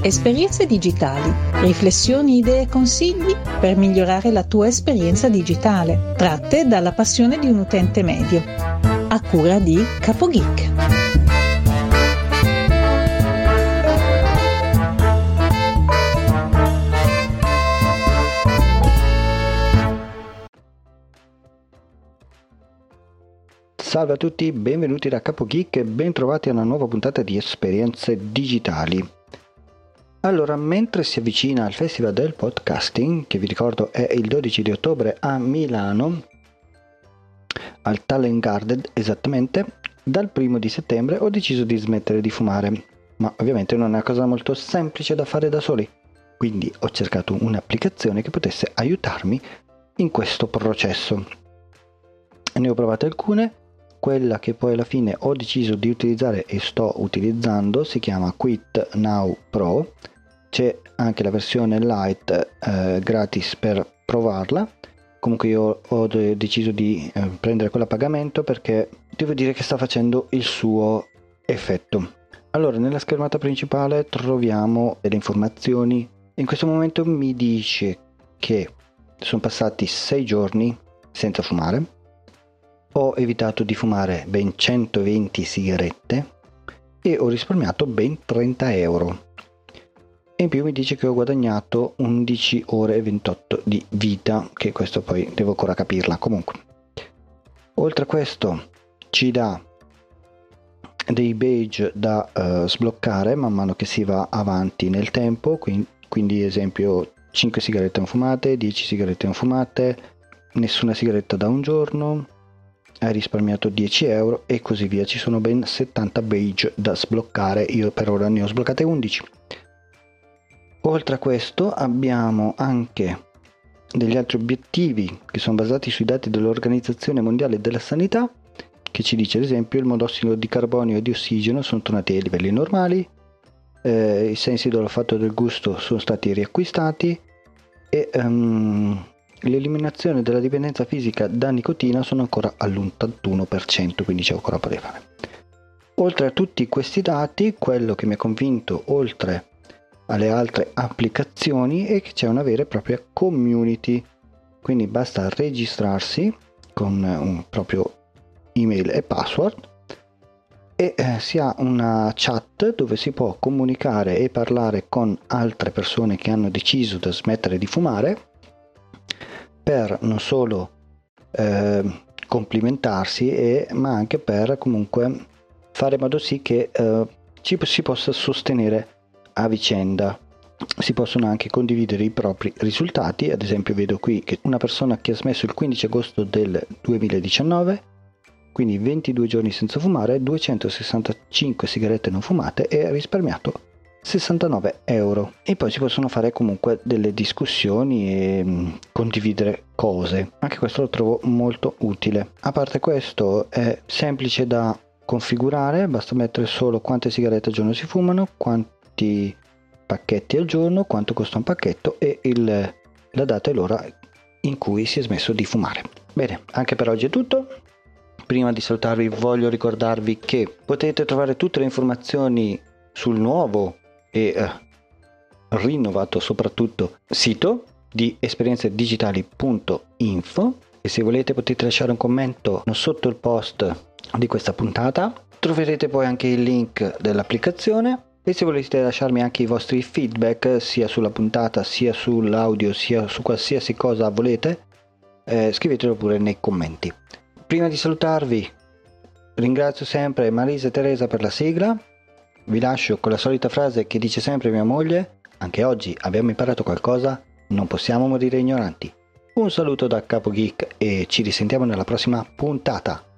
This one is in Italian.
Esperienze digitali, riflessioni, idee e consigli per migliorare la tua esperienza digitale, tratte dalla passione di un utente medio, a cura di CapoGeek. Salve a tutti, benvenuti da CapoGeek e ben trovati a una nuova puntata di Esperienze digitali. Allora, mentre si avvicina al Festival del Podcasting, che vi ricordo è il 12 di ottobre a Milano, al Talent Garden esattamente, dal 1 di settembre ho deciso di smettere di fumare, ma ovviamente non è una cosa molto semplice da fare da soli, quindi ho cercato un'applicazione che potesse aiutarmi in questo processo. Ne ho provate alcune. Quella che poi alla fine ho deciso di utilizzare e sto utilizzando si chiama Quit Now Pro. C'è anche la versione light gratis per provarla. Comunque io ho deciso di prendere quella a pagamento perché devo dire che sta facendo il suo effetto. Allora, nella schermata principale troviamo delle informazioni. In questo momento mi dice che sono passati 6 giorni senza fumare. Ho evitato di fumare ben 120 sigarette e ho risparmiato ben 30 euro. E in più mi dice che ho guadagnato 11 ore e 28 di vita, che questo poi devo ancora capirla. Comunque, oltre a questo ci dà dei badge da sbloccare man mano che si va avanti nel tempo, quindi esempio 5 sigarette non fumate, 10 sigarette non fumate, nessuna sigaretta da un giorno, hai risparmiato 10 euro e così via. Ci sono ben 70 badge da sbloccare, io per ora ne ho sbloccate 11. Oltre a questo abbiamo anche degli altri obiettivi che sono basati sui dati dell'Organizzazione Mondiale della Sanità, che ci dice ad esempio il monossido di carbonio e di ossigeno sono tornati ai livelli normali, i sensi dell'olfatto e del gusto sono stati riacquistati e l'eliminazione della dipendenza fisica da nicotina sono ancora all'81%, quindi c'è ancora da fare. Oltre a tutti questi dati, quello che mi ha convinto, oltre alle altre applicazioni, è che c'è una vera e propria community, quindi basta registrarsi con un proprio email e password e si ha una chat dove si può comunicare e parlare con altre persone che hanno deciso di smettere di fumare, per non solo complimentarsi ma anche per comunque fare in modo sì che si possa sostenere a vicenda. Si possono anche condividere i propri risultati. Ad esempio vedo qui che una persona che ha smesso il 15 agosto del 2019, quindi 22 giorni senza fumare, 265 sigarette non fumate e ha risparmiato 69 euro. E poi si possono fare comunque delle discussioni e condividere cose. Anche questo lo trovo molto utile. A parte questo è semplice da configurare, basta mettere solo quante sigarette al giorno si fumano, quanti pacchetti al giorno, quanto costa un pacchetto e la data e l'ora in cui si è smesso di fumare. Bene, anche per oggi è tutto. Prima di salutarvi voglio ricordarvi che potete trovare tutte le informazioni sul nuovo e rinnovato soprattutto sito di esperienzedigitali.info e se volete potete lasciare un commento sotto il post di questa puntata. Troverete poi anche il link dell'applicazione e se volete lasciarmi anche i vostri feedback sia sulla puntata sia sull'audio sia su qualsiasi cosa volete, scrivetelo pure nei commenti. Prima di salutarvi ringrazio sempre Marisa e Teresa per la sigla. Vi lascio con la solita frase che dice sempre mia moglie: anche oggi abbiamo imparato qualcosa, non possiamo morire ignoranti. Un saluto da CapoGeek e ci risentiamo nella prossima puntata.